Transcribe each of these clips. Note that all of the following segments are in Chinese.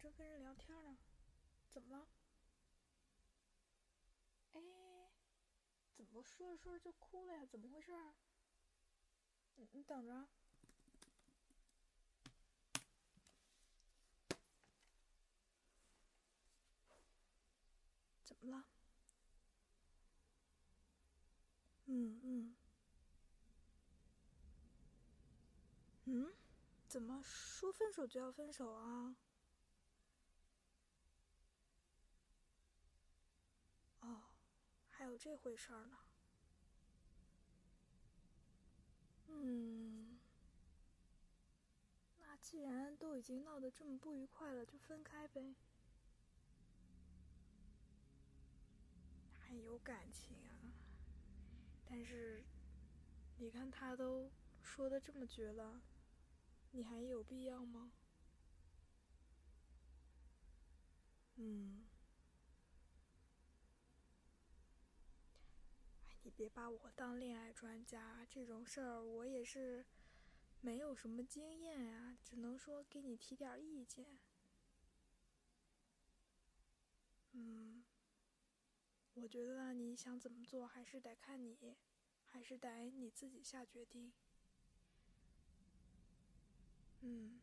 正跟人聊天呢，怎么了？哎，怎么说着说着就哭了呀？怎么回事啊？你等着。怎么了？嗯，怎么说分手就要分手啊？哦，还有这回事儿呢。嗯，那既然都已经闹得这么不愉快了，就分开呗。还有感情啊？但是你看他都说的这么绝了，你还有必要吗？嗯，你别把我当恋爱专家，这种事儿我也是没有什么经验呀，只能说给你提点意见。嗯，我觉得你想怎么做还是得看你，还是得你自己下决定。嗯，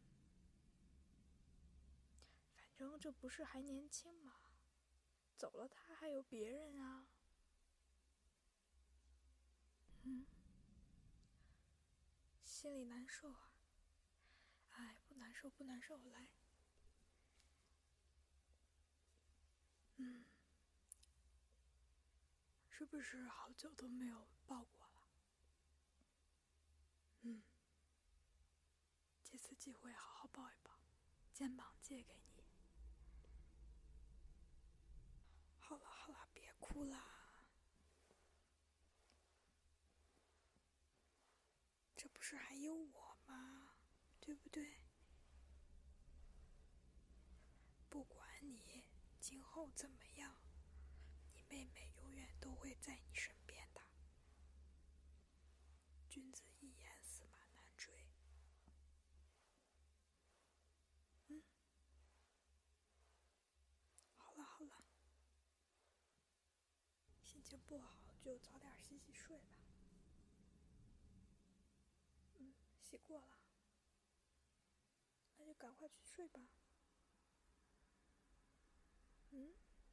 反正这不是还年轻嘛，走了他还有别人啊。嗯，心里难受啊。哎，不难受不难受，来。嗯，是不是好久都没有抱过了？嗯，这次机会好好抱一抱，肩膀借给你。好了好了，别哭啦，这不是还有我吗？对不对？不管你今后怎么样，你妹妹永远都会在你身边的。君子一言，驷马难追。嗯，好了好了，心情不好就早点洗洗睡吧。洗过了，那就赶快去睡吧。嗯，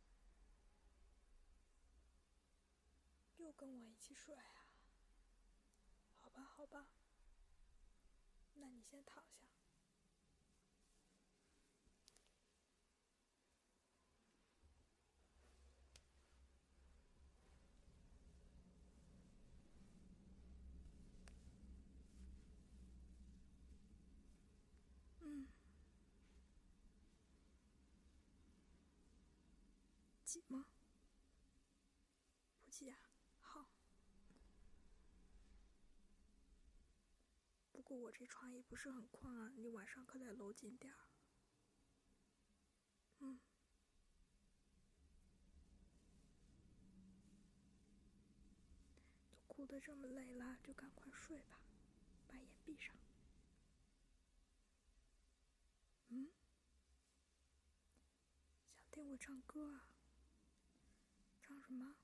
又跟我一起睡啊？好吧好吧，那你先躺下。嗯，挤吗？不挤啊。好，不过我这床也不是很宽啊，你晚上可得搂紧点儿。嗯，都哭得这么累了，就赶快睡吧，把眼闭上。嗯，想听我唱歌啊？唱什么？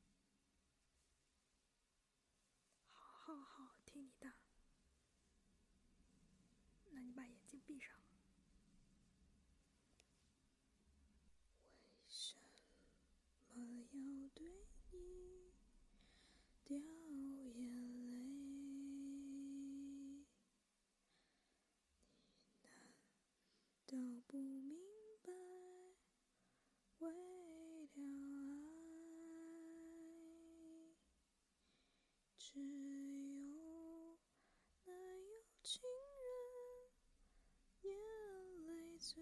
好好好，听你的。那你把眼睛闭上。为什么要对你掉眼泪？都不明白，为了爱，只有那有情人眼泪最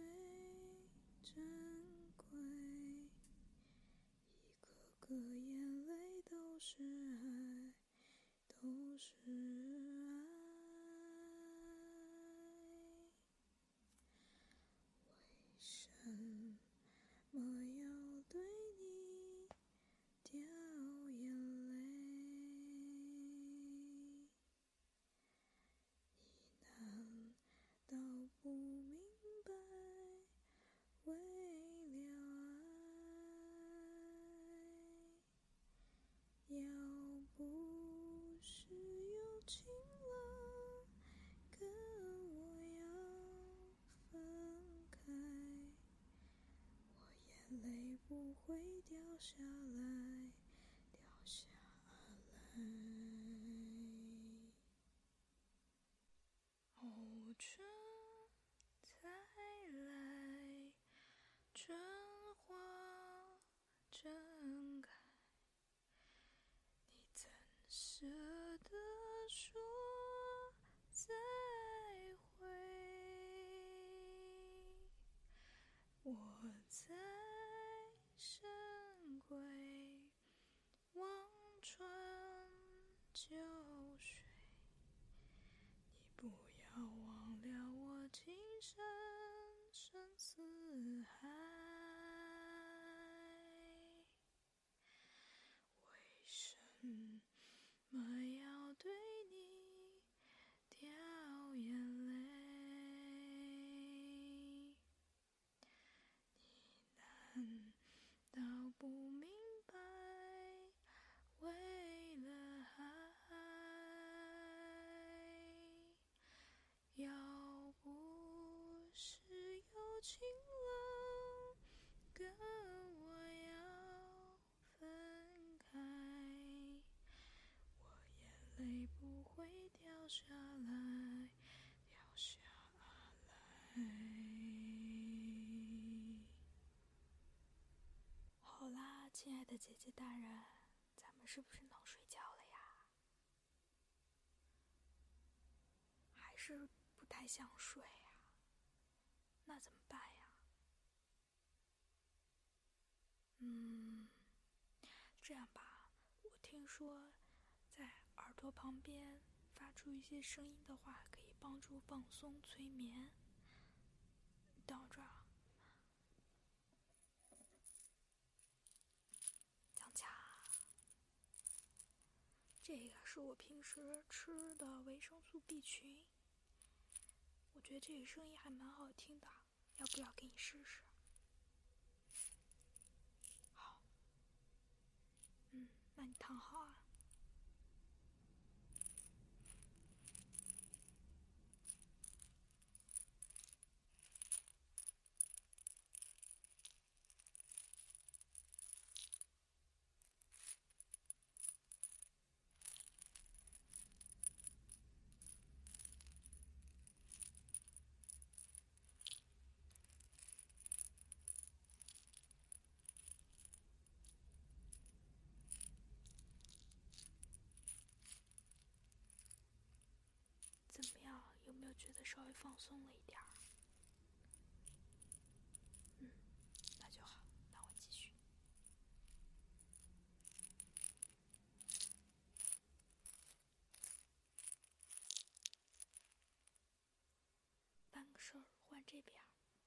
珍贵，一个个眼泪都是爱，都是爱。为什么要对你掉眼泪？你难道不明白，为下来，掉下来。哦，春再来，春花正开，你怎舍得说再会？我在深闺望穿秋水，你不要忘了我情深深似海。为什么要对你掉眼泪？你难道不明白，为了爱，要不是有情郎跟我要分开，我眼泪不会掉下来，掉下来。好啦，亲爱的姐姐大人，咱们是不是能睡觉了呀？还是不太想睡呀？那怎么办呀？这样吧，我听说在耳朵旁边发出一些声音的话，可以帮助放松催眠。等着啊，讲讲，这个是我平时吃的维生素 B 群，我觉得这个声音还蛮好听的，要不要给你试试？好，那你躺好啊。怎么样？有没有觉得稍微放松了一点儿？那就好，那我继续。办个事儿，换这边。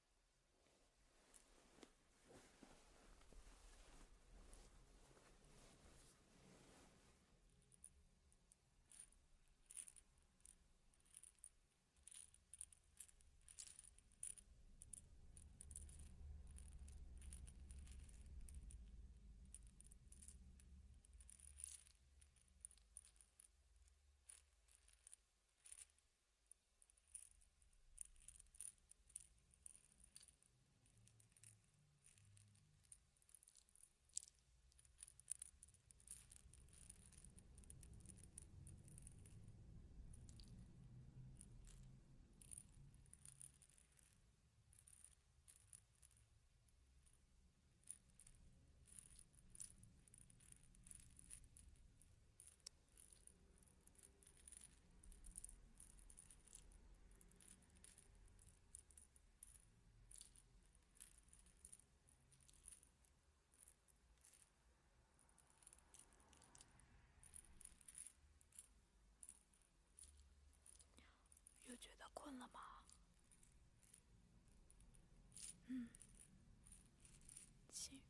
又觉得困了吗？行。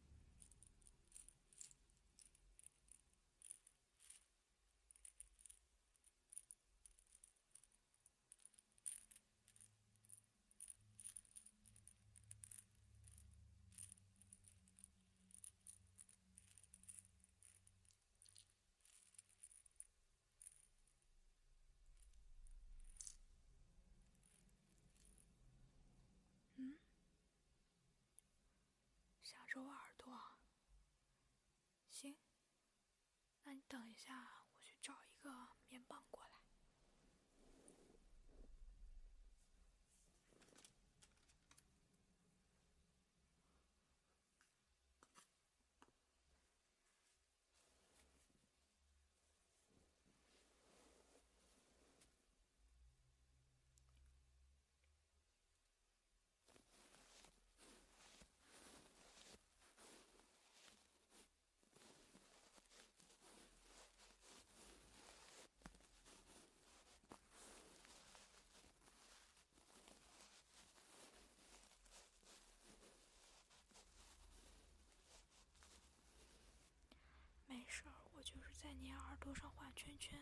想揉耳朵， 等一下，我去找一个棉棒过来。没事儿，我就是在你耳朵上画圈圈。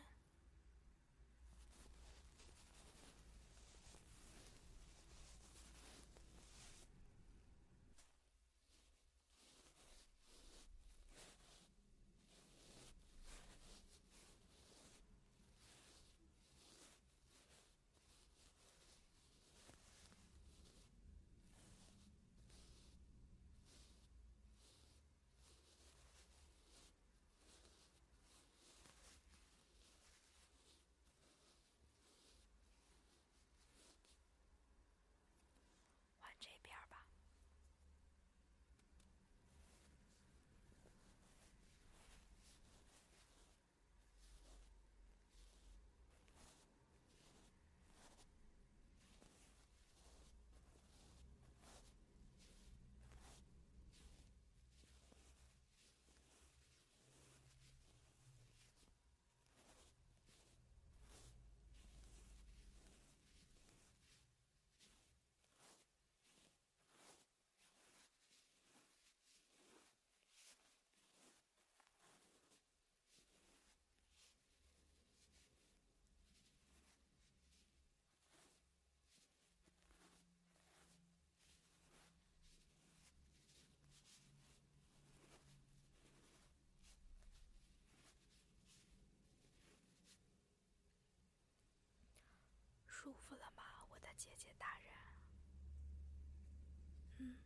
换这边吧。舒服了吗，我的姐姐大人？